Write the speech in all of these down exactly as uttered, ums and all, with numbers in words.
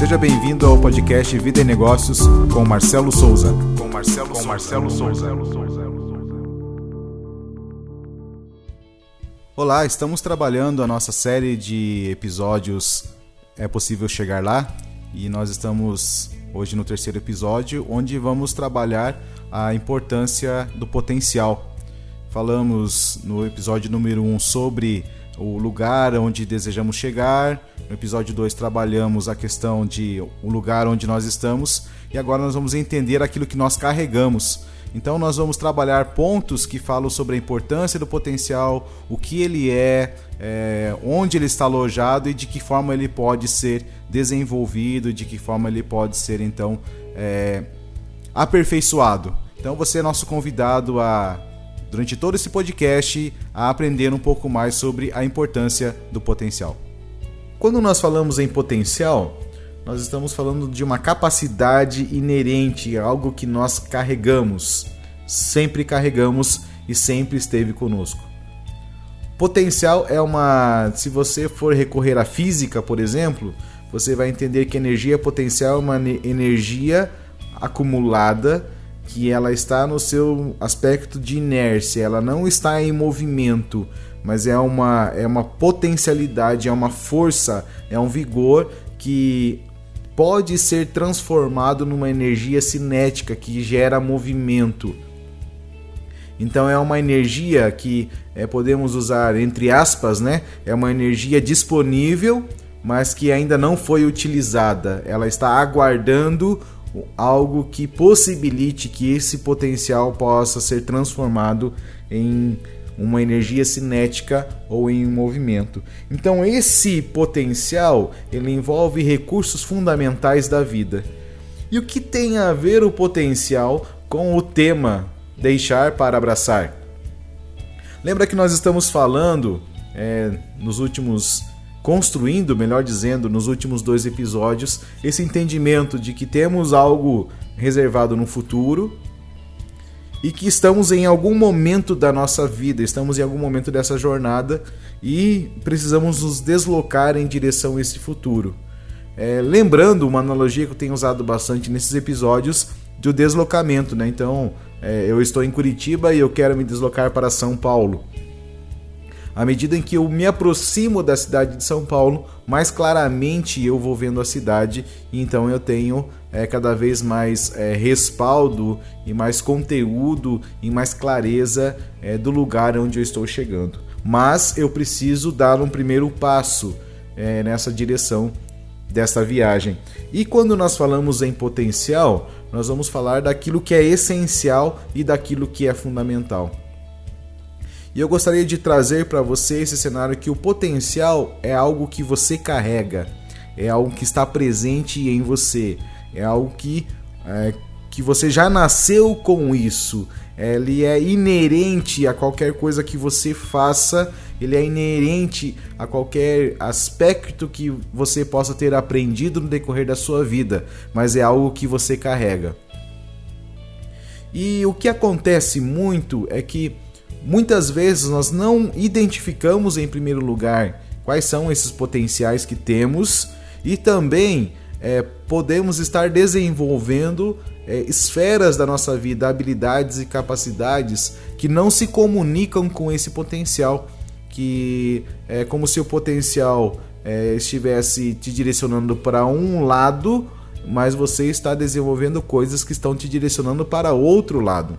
Seja bem-vindo ao podcast Vida e Negócios com Marcelo Souza. Com Marcelo, com Marcelo Souza. Olá, estamos trabalhando a nossa série de episódios É Possível Chegar Lá, e nós estamos hoje no terceiro episódio, onde vamos trabalhar a importância do potencial. Falamos no episódio número um sobre o lugar onde desejamos chegar. No episódio dois trabalhamos a questão de o lugar onde nós estamos, e agora nós vamos entender aquilo que nós carregamos. Então nós vamos trabalhar pontos que falam sobre a importância do potencial, o que ele é, é, onde ele está alojado e de que forma ele pode ser desenvolvido, de que forma ele pode ser então é, aperfeiçoado. Então você é nosso convidado a, durante todo esse podcast, a aprender um pouco mais sobre a importância do potencial. Quando nós falamos em potencial, nós estamos falando de uma capacidade inerente, algo que nós carregamos, sempre carregamos e sempre esteve conosco. Potencial é uma... Se você for recorrer à física, por exemplo, você vai entender que energia potencial é uma energia acumulada, que ela está no seu aspecto de inércia, ela não está em movimento, mas é uma, é uma potencialidade, é uma força, é um vigor que pode ser transformado numa energia cinética que gera movimento. Então é uma energia que é, podemos usar entre aspas, né? É uma energia disponível, mas que ainda não foi utilizada. Ela está aguardando algo que possibilite que esse potencial possa ser transformado em uma energia cinética ou em um movimento. Então esse potencial, ele envolve recursos fundamentais da vida. E o que tem a ver o potencial com o tema deixar para abraçar? Lembra que nós estamos falando é, nos últimos construindo, melhor dizendo, nos últimos dois episódios, esse entendimento de que temos algo reservado no futuro e que estamos em algum momento da nossa vida, estamos em algum momento dessa jornada e precisamos nos deslocar em direção a esse futuro. É, lembrando uma analogia que eu tenho usado bastante nesses episódios do deslocamento, né? Então, é, eu estou em Curitiba e eu quero me deslocar para São Paulo. À medida em que eu me aproximo da cidade de São Paulo, mais claramente eu vou vendo a cidade, e então eu tenho é, cada vez mais é, respaldo e mais conteúdo e mais clareza é, do lugar onde eu estou chegando. Mas eu preciso dar um primeiro passo é, nessa direção dessa viagem. E quando nós falamos em potencial, nós vamos falar daquilo que é essencial e daquilo que é fundamental. E eu gostaria de trazer para você esse cenário que o potencial é algo que você carrega, é algo que está presente em você, é algo que, é, que você já nasceu com isso, ele é inerente a qualquer coisa que você faça, ele é inerente a qualquer aspecto que você possa ter aprendido no decorrer da sua vida, mas é algo que você carrega. E o que acontece muito é que muitas vezes nós não identificamos em primeiro lugar quais são esses potenciais que temos e também é, podemos estar desenvolvendo é, esferas da nossa vida, habilidades e capacidades que não se comunicam com esse potencial, que é como se o potencial é, estivesse te direcionando para um lado, mas você está desenvolvendo coisas que estão te direcionando para outro lado.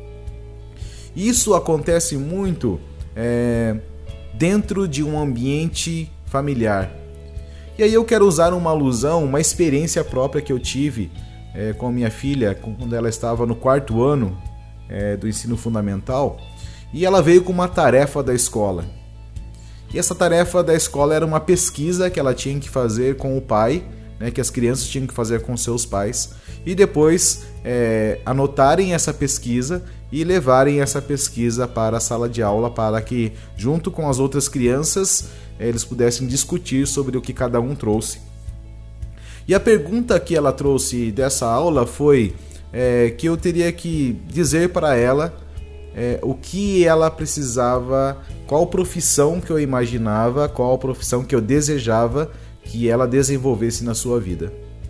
Isso acontece muito é, dentro de um ambiente familiar. E aí eu quero usar uma alusão, uma experiência própria que eu tive é, com a minha filha, quando ela estava no quarto ano é, do ensino fundamental, e ela veio com uma tarefa da escola. E essa tarefa da escola era uma pesquisa que ela tinha que fazer com o pai, né, que as crianças tinham que fazer com seus pais, e depois é, anotarem essa pesquisa e levarem essa pesquisa para a sala de aula para que, junto com as outras crianças, eles pudessem discutir sobre o que cada um trouxe. E a pergunta que ela trouxe dessa aula foi é, que eu teria que dizer para ela é, o que ela precisava, qual profissão que eu imaginava, qual profissão que eu desejava que ela desenvolvesse na sua vida.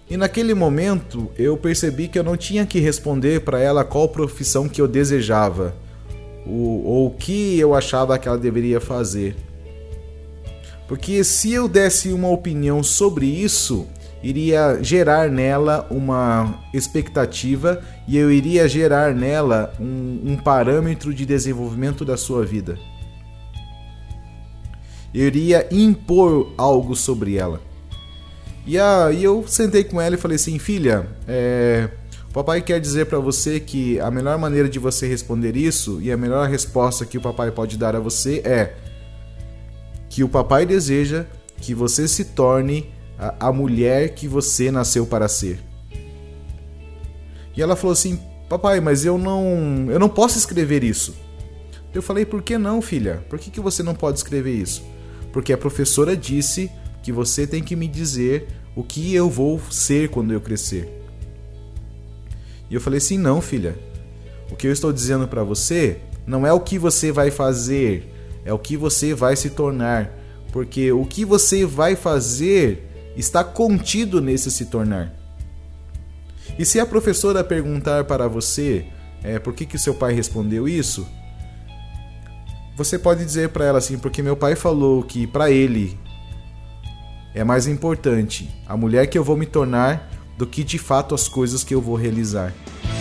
E naquele momento eu percebi que eu não tinha que responder para ela qual profissão que eu desejava, ou, ou o que eu achava que ela deveria fazer. Porque se eu desse uma opinião sobre isso, iria gerar nela uma expectativa e eu iria gerar nela um, um parâmetro de desenvolvimento da sua vida. Eu iria impor algo sobre ela. E aí eu sentei com ela e falei assim: filha, é, o papai quer dizer para você que a melhor maneira de você responder isso e a melhor resposta que o papai pode dar a você é que o papai deseja que você se torne a, a mulher que você nasceu para ser. E ela falou assim: papai, mas eu não, eu não posso escrever isso. Eu falei: por que não, filha? Por que, que você não pode escrever isso? Porque a professora disse que você tem que me dizer o que eu vou ser quando eu crescer. E eu falei assim: não, filha, o que eu estou dizendo para você não é o que você vai fazer, é o que você vai se tornar, porque o que você vai fazer está contido nesse se tornar. E se a professora perguntar para você é, por que que seu pai respondeu isso, você pode dizer para ela assim: porque meu pai falou que para ele é mais importante a mulher que eu vou me tornar do que de fato as coisas que eu vou realizar.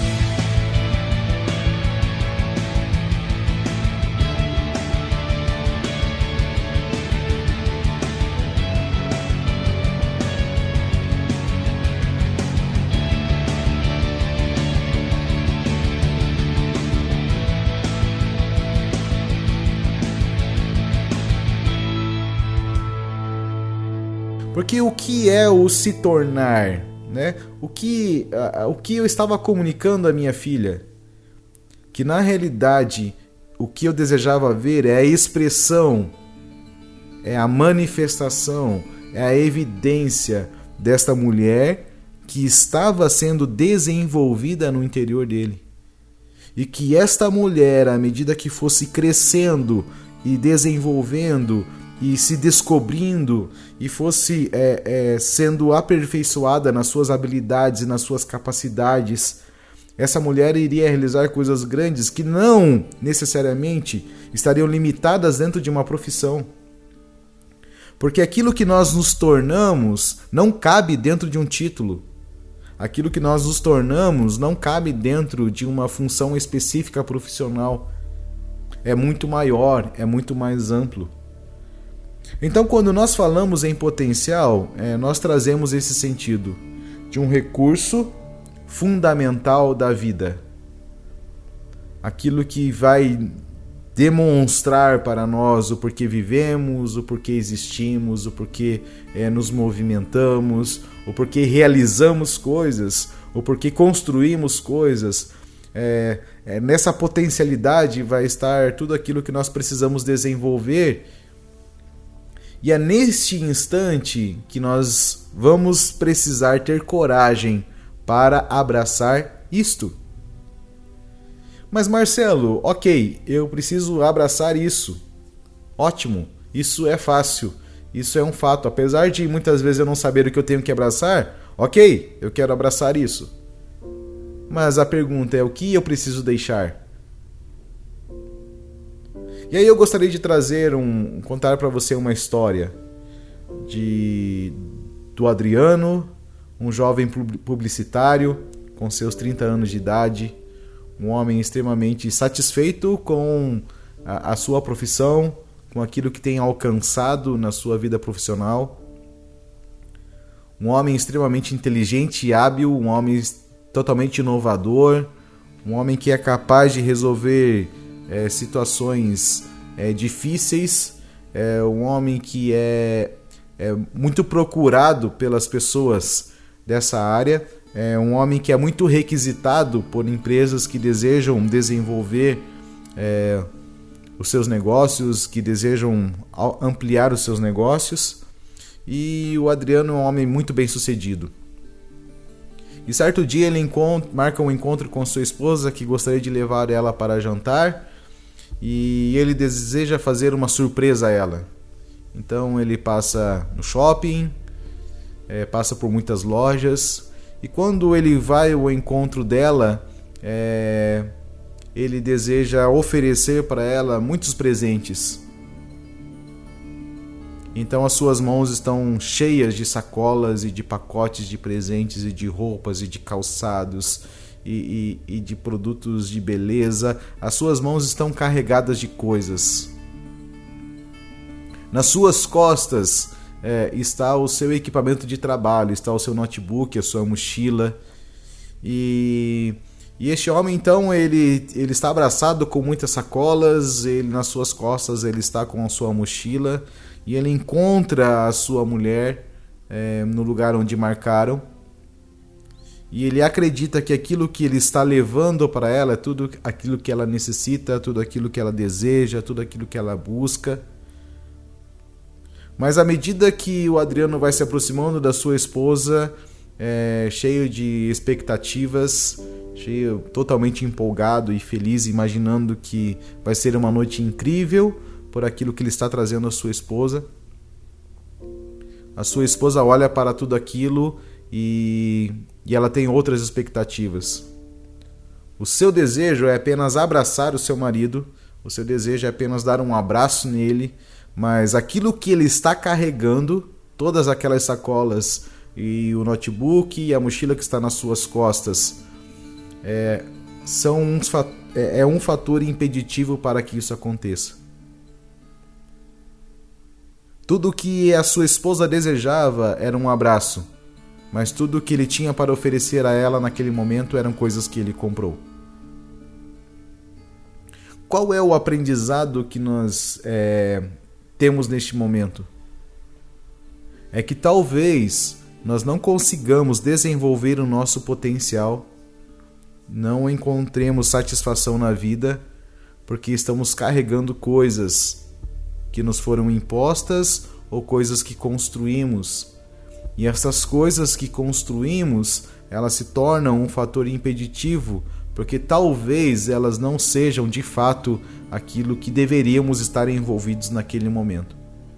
Porque o que é o se tornar, né? O que, uh, o que eu estava comunicando à minha filha? Que na realidade o que eu desejava ver é a expressão, é a manifestação, é a evidência desta mulher que estava sendo desenvolvida no interior dele. E que esta mulher, à medida que fosse crescendo e desenvolvendo e se descobrindo e fosse é, é, sendo aperfeiçoada nas suas habilidades e nas suas capacidades, essa mulher iria realizar coisas grandes que não necessariamente estariam limitadas dentro de uma profissão. Porque aquilo que nós nos tornamos não cabe dentro de um título. Aquilo que nós nos tornamos não cabe dentro de uma função específica profissional. É muito maior, é muito mais amplo. Então, quando nós falamos em potencial, é, nós trazemos esse sentido de um recurso fundamental da vida. Aquilo que vai demonstrar para nós o porquê vivemos, o porquê existimos, o porquê é, nos movimentamos, o porquê realizamos coisas, o porquê construímos coisas. É, é, nessa potencialidade vai estar tudo aquilo que nós precisamos desenvolver. E é neste instante que nós vamos precisar ter coragem para abraçar isto. Mas Marcelo, ok, eu preciso abraçar isso. Ótimo, isso é fácil, isso é um fato. Apesar de muitas vezes eu não saber o que eu tenho que abraçar, ok, eu quero abraçar isso. Mas a pergunta é: o que eu preciso deixar? E aí eu gostaria de trazer um, contar para você uma história de, do Adriano, um jovem publicitário com seus trinta anos de idade, um homem extremamente satisfeito com a, a sua profissão, com aquilo que tem alcançado na sua vida profissional, um homem extremamente inteligente e hábil, um homem totalmente inovador, um homem que é capaz de resolver É, situações é, difíceis, é um homem que é, é muito procurado pelas pessoas dessa área, é um homem que é muito requisitado por empresas que desejam desenvolver é, os seus negócios, que desejam ampliar os seus negócios, e o Adriano é um homem muito bem sucedido. E certo dia ele encontra, marca um encontro com sua esposa, que gostaria de levar ela para jantar, e ele deseja fazer uma surpresa a ela. Então ele passa no shopping é, passa por muitas lojas, e quando ele vai ao encontro dela, é, ele deseja oferecer para ela muitos presentes. Então as suas mãos estão cheias de sacolas e de pacotes de presentes e de roupas e de calçados e, e, e de produtos de beleza. As suas mãos estão carregadas de coisas. Nas suas costas é, está o seu equipamento de trabalho, está o seu notebook, a sua mochila. E, e este homem então ele, ele está abraçado com muitas sacolas, ele, nas suas costas ele está com a sua mochila. E ele encontra a sua mulher é, no lugar onde marcaram. E ele acredita que aquilo que ele está levando para ela é tudo aquilo que ela necessita, tudo aquilo que ela deseja, tudo aquilo que ela busca. Mas à medida que o Adriano vai se aproximando da sua esposa, é, cheio de expectativas, cheio, totalmente empolgado e feliz, imaginando que vai ser uma noite incrível por aquilo que ele está trazendo à sua esposa. A sua esposa olha para tudo aquilo e, e ela tem outras expectativas. O seu desejo é apenas abraçar o seu marido, o seu desejo é apenas dar um abraço nele, mas aquilo que ele está carregando, todas aquelas sacolas e o notebook e a mochila que está nas suas costas, é, são uns, é, é um fator impeditivo para que isso aconteça. Tudo o que a sua esposa desejava era um abraço, mas tudo o que ele tinha para oferecer a ela naquele momento eram coisas que ele comprou. Qual é o aprendizado que nós é, temos neste momento? É que talvez nós não consigamos desenvolver o nosso potencial, não encontremos satisfação na vida, porque estamos carregando coisas que nos foram impostas ou coisas que construímos. E essas coisas que construímos, elas se tornam um fator impeditivo, porque talvez elas não sejam de fato aquilo que deveríamos estar envolvidos naquele momento.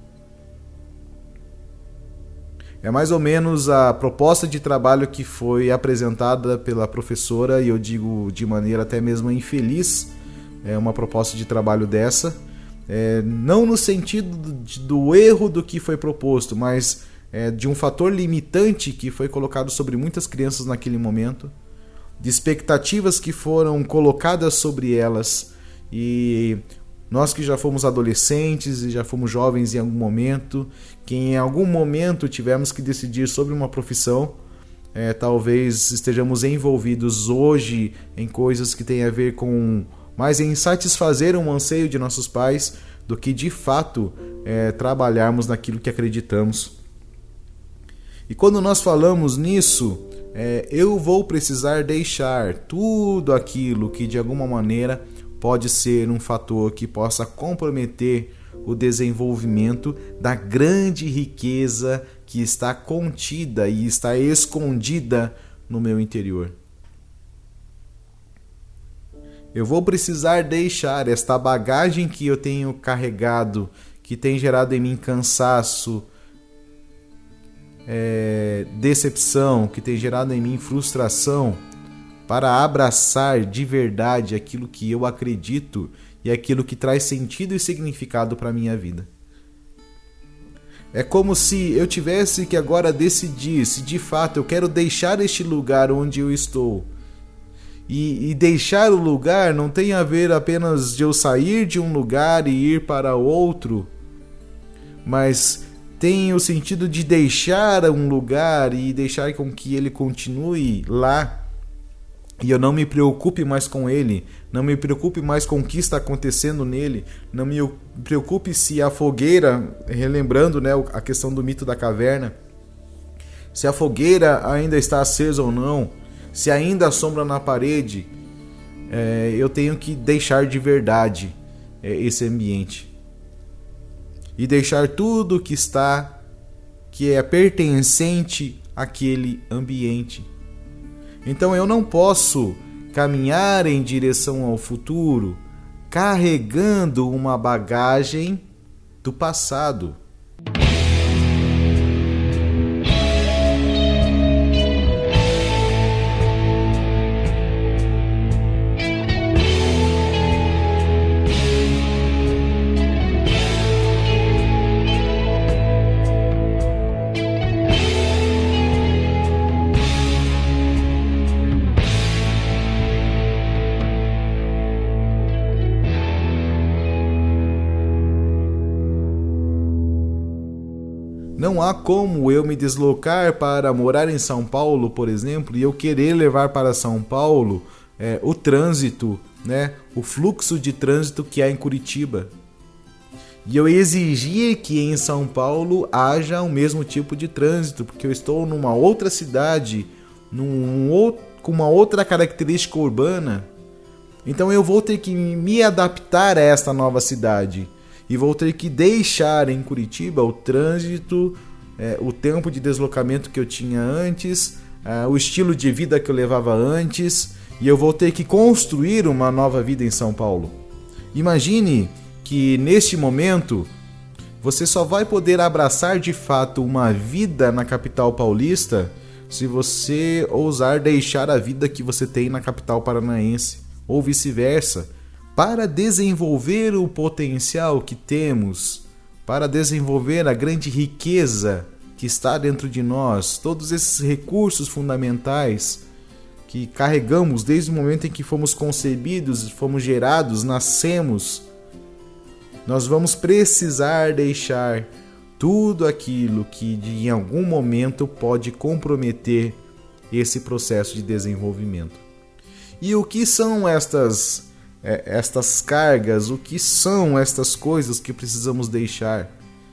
É mais ou menos a proposta de trabalho que foi apresentada pela professora, e eu digo de maneira até mesmo infeliz, é uma proposta de trabalho dessa. É, não no sentido do, do erro do que foi proposto, mas é, de um fator limitante que foi colocado sobre muitas crianças naquele momento, de expectativas que foram colocadas sobre elas. E nós que já fomos adolescentes e já fomos jovens em algum momento, que em algum momento tivemos que decidir sobre uma profissão, é, talvez estejamos envolvidos hoje em coisas que têm a ver com mais em satisfazer um anseio de nossos pais do que de fato é, trabalharmos naquilo que acreditamos. E quando nós falamos nisso, é, eu vou precisar deixar tudo aquilo que de alguma maneira pode ser um fator que possa comprometer o desenvolvimento da grande riqueza que está contida e está escondida no meu interior. Eu vou precisar deixar esta bagagem que eu tenho carregado, que tem gerado em mim cansaço, é, decepção, que tem gerado em mim frustração, para abraçar de verdade aquilo que eu acredito e aquilo que traz sentido e significado para a minha vida. É como se eu tivesse que agora decidir se de fato eu quero deixar este lugar onde eu estou. E, e deixar o lugar não tem a ver apenas de eu sair de um lugar e ir para outro, mas tem o sentido de deixar um lugar e deixar com que ele continue lá. E eu não me preocupe mais com ele, não me preocupe mais com o que está acontecendo nele, não me preocupe se a fogueira, relembrando, né, a questão do mito da caverna, se a fogueira ainda está acesa ou não, se ainda há sombra na parede, é, eu tenho que deixar de verdade é, esse ambiente. E deixar tudo que está, que é pertencente àquele ambiente. Então eu não posso caminhar em direção ao futuro carregando uma bagagem do passado. Não há como eu me deslocar para morar em São Paulo, por exemplo, e eu querer levar para São Paulo é, o trânsito, né, o fluxo de trânsito que há em Curitiba. E eu exigir que em São Paulo haja o mesmo tipo de trânsito, porque eu estou numa outra cidade, num outro, com uma outra característica urbana. Então eu vou ter que me adaptar a esta nova cidade. E vou ter que deixar em Curitiba o trânsito, é, o tempo de deslocamento que eu tinha antes, é, o estilo de vida que eu levava antes. E eu vou ter que construir uma nova vida em São Paulo. Imagine que neste momento você só vai poder abraçar de fato uma vida na capital paulista se você ousar deixar a vida que você tem na capital paranaense, ou vice-versa, para desenvolver o potencial que temos, para desenvolver a grande riqueza que está dentro de nós, todos esses recursos fundamentais que carregamos desde o momento em que fomos concebidos, fomos gerados, nascemos. Nós vamos precisar deixar tudo aquilo que de, em algum momento pode comprometer esse processo de desenvolvimento. E o que são estas, é, estas cargas? O que são estas coisas que precisamos deixar?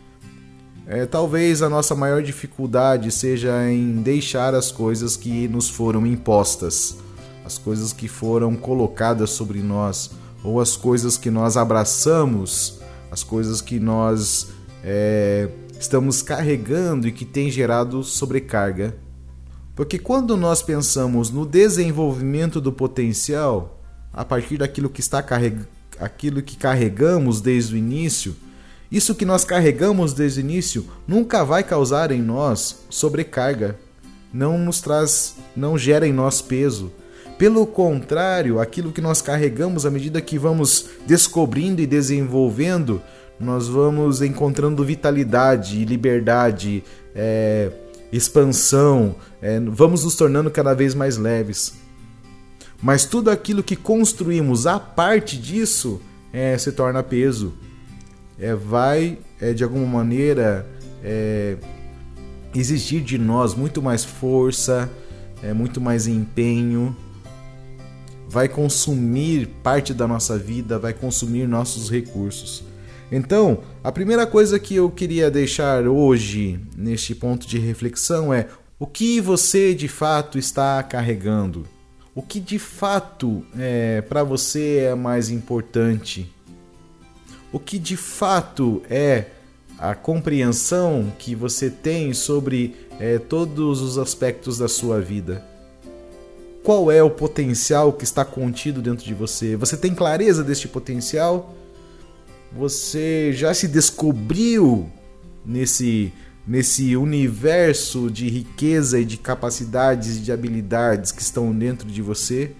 É, talvez a nossa maior dificuldade seja em deixar as coisas que nos foram impostas, as coisas que foram colocadas sobre nós, ou as coisas que nós abraçamos, as coisas que nós é, estamos carregando e que tem gerado sobrecarga. Porque quando nós pensamos no desenvolvimento do potencial, a partir daquilo que, está carreg... aquilo que carregamos desde o início, isso que nós carregamos desde o início nunca vai causar em nós sobrecarga, não nos traz, não gera em nós peso. Pelo contrário, aquilo que nós carregamos, à medida que vamos descobrindo e desenvolvendo, nós vamos encontrando vitalidade, liberdade, é, expansão, é, vamos nos tornando cada vez mais leves. Mas tudo aquilo que construímos a parte disso é, se torna peso. É, vai, é, de alguma maneira, é, exigir de nós muito mais força, é, muito mais empenho. Vai consumir parte da nossa vida, vai consumir nossos recursos. Então, a primeira coisa que eu queria deixar hoje, neste ponto de reflexão, é o que você de fato está carregando? O que de fato é, para você é mais importante? O que de fato é a compreensão que você tem sobre é, todos os aspectos da sua vida? Qual é o potencial que está contido dentro de você? Você tem clareza deste potencial? Você já se descobriu nesse, nesse universo de riqueza e de capacidades e de habilidades que estão dentro de você?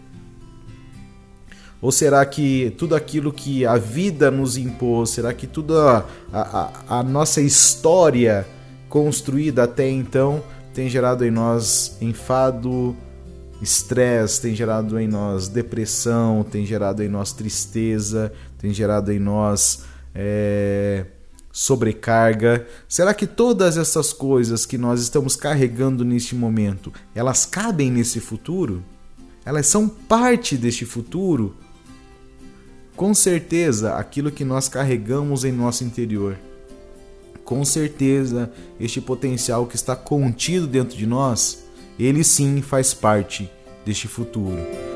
Ou será que tudo aquilo que a vida nos impôs, será que toda a, a, a nossa história construída até então tem gerado em nós enfado, estresse, tem gerado em nós depressão, tem gerado em nós tristeza, tem gerado em nós é, sobrecarga? Será que todas essas coisas que nós estamos carregando neste momento, elas cabem nesse futuro? Elas são parte deste futuro? Com certeza, aquilo que nós carregamos em nosso interior, com certeza, este potencial que está contido dentro de nós, ele sim faz parte deste futuro.